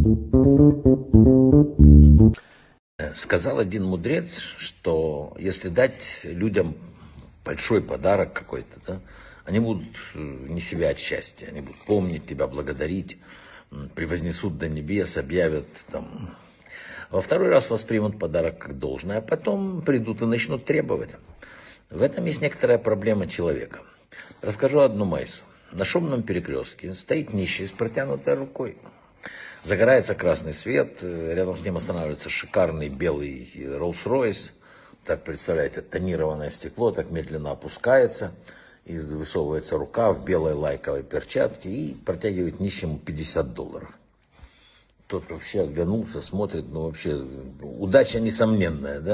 Сказал один мудрец, что если дать людям большой подарок какой-то, да, они будут не себя от счастья, они будут помнить тебя, благодарить, превознесут до небес, объявят там. Во второй раз воспримут подарок как должное, а потом придут и начнут требовать. В этом есть некоторая проблема человека. Расскажу одну майсу. На шумном перекрестке стоит нищий с протянутой рукой. Загорается красный свет, рядом с ним останавливается шикарный белый Rolls-Royce. Так, представляете, тонированное стекло так медленно опускается, и высовывается рука в белой лайковой перчатке и протягивает нищему $50. Тот вообще оглянулся, смотрит, ну вообще, удача несомненная, да?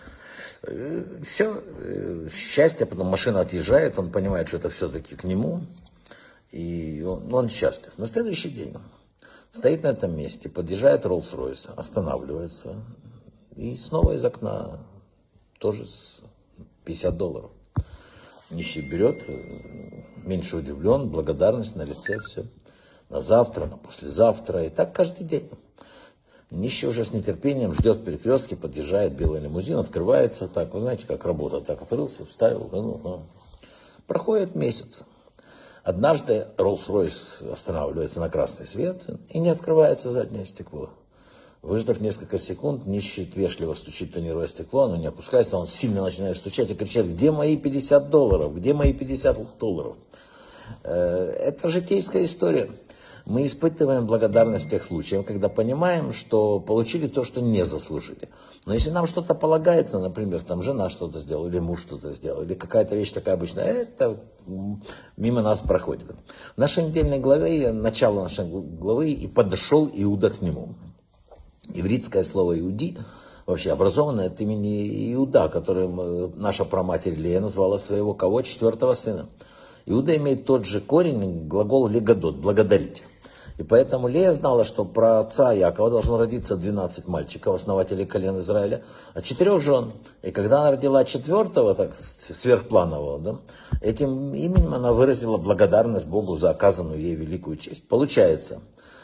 Все, счастье, потом машина отъезжает, он понимает, что это все-таки к нему, и он счастлив. На следующий день стоит на этом месте, подъезжает Rolls-Royce, останавливается, и снова из окна тоже с $50. Нищий берет, меньше удивлен, благодарность на лице, все. На завтра, на послезавтра, и так каждый день. Нищий уже с нетерпением ждет перекрестки, подъезжает белый лимузин, открывается, так, вы знаете, как работа, так открылся, вставил, Проходит месяц. Однажды Rolls-Royce останавливается на красный свет и не открывается заднее стекло. Выждав несколько секунд, нищий вежливо стучит в тонированное стекло, оно не опускается, он сильно начинает стучать и кричать: где мои $50? Где мои $50? Это житейская история. Мы испытываем благодарность в тех случаях, когда понимаем, что получили то, что не заслужили. Но если нам что-то полагается, например, там жена что-то сделала, или муж что-то сделал, или какая-то вещь такая обычная, это мимо нас проходит. В нашей недельной главе, начало нашей главы, и подошел Иуда к нему. Ивритское слово «иуди» вообще образовано от имени Иуда, которым наша праматерь Лея назвала своего кого? 4-го сына. Иуда имеет тот же корень, глагол «легадот» – «благодарить». И поэтому Лея знала, что про отца Якова должно родиться 12 мальчиков, основателей колен Израиля, а 4 жен. И когда она родила 4-го, так сверхпланового, да, этим именем она выразила благодарность Богу за оказанную ей великую честь. Получается,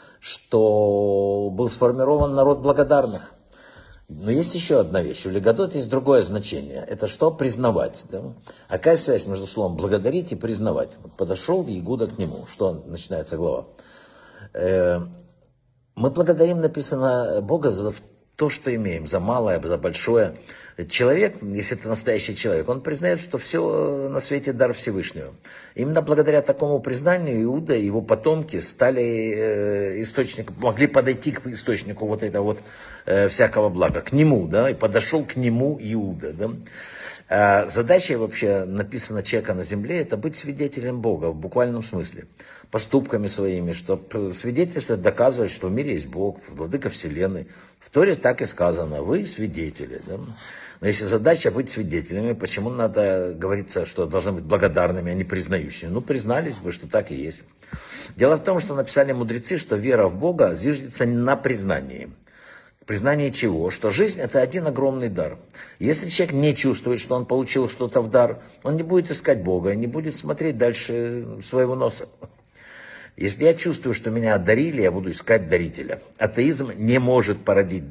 что был сформирован народ благодарных. Но есть еще одна вещь. У легадот есть другое значение. Это что? Признавать. Да? А какая связь между словом благодарить и признавать? Вот подошел Иуда к нему. Что начинается глава? Мы благодарим, написано, Бога за то, что имеем, за малое, за большое. Человек, если это настоящий человек, он признает, что все на свете дар Всевышнего. Именно благодаря такому признанию Иуда и его потомки стали источником, могли подойти к источнику вот этого вот всякого блага, к нему, да, и подошел к нему Иуда, да. Задача вообще, написано, человека на земле, это быть свидетелем Бога в буквальном смысле. Поступками своими, чтобы свидетельствовать, доказывать, что в мире есть Бог, владыка вселенной. В Торе так и сказано: вы свидетели. Да? Но если задача быть свидетелями, почему надо говориться, что должны быть благодарными, а не признающими? Ну, признались бы, что так и есть. Дело в том, что написали мудрецы, что вера в Бога зиждется на признании. Признание чего? Что жизнь — это один огромный дар. Если человек не чувствует, что он получил что-то в дар, он не будет искать Бога, не будет смотреть дальше своего носа. Если я чувствую, что меня одарили, я буду искать дарителя. Атеизм не может породить,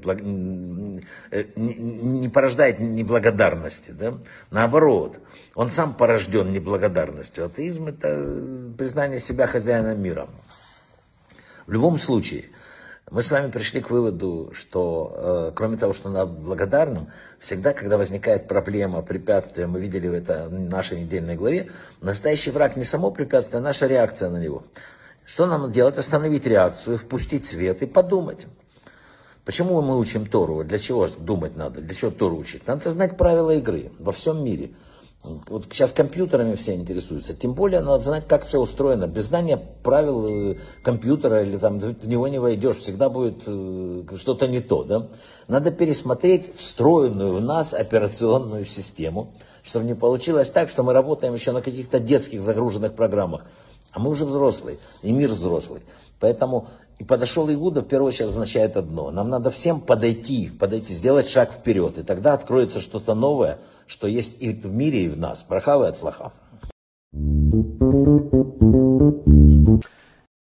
не порождает неблагодарности. Да? Наоборот, он сам порожден неблагодарностью. Атеизм — это признание себя хозяином мира. В любом случае, мы с вами пришли к выводу, что кроме того, что надо быть благодарным, всегда, когда возникает проблема, препятствие, мы видели это в нашей недельной главе, настоящий враг не само препятствие, а наша реакция на него. Что нам делать? Остановить реакцию, впустить свет и подумать. Почему мы учим Тору? Для чего думать надо? Для чего Тору учить? Надо знать правила игры во всем мире. Вот сейчас компьютерами все интересуются. Тем более надо знать, как все устроено. Без знания правил компьютера или там в него не войдешь, всегда будет что-то не то. Да? Надо пересмотреть встроенную в нас операционную систему, чтобы не получилось так, что мы работаем еще на каких-то детских загруженных программах. А мы уже взрослые, и мир взрослый. Поэтому и подошел Иуда, в первую очередь, означает одно. Нам надо всем подойти, сделать шаг вперед. И тогда откроется что-то новое, что есть и в мире, и в нас. Браха ве ацлаха.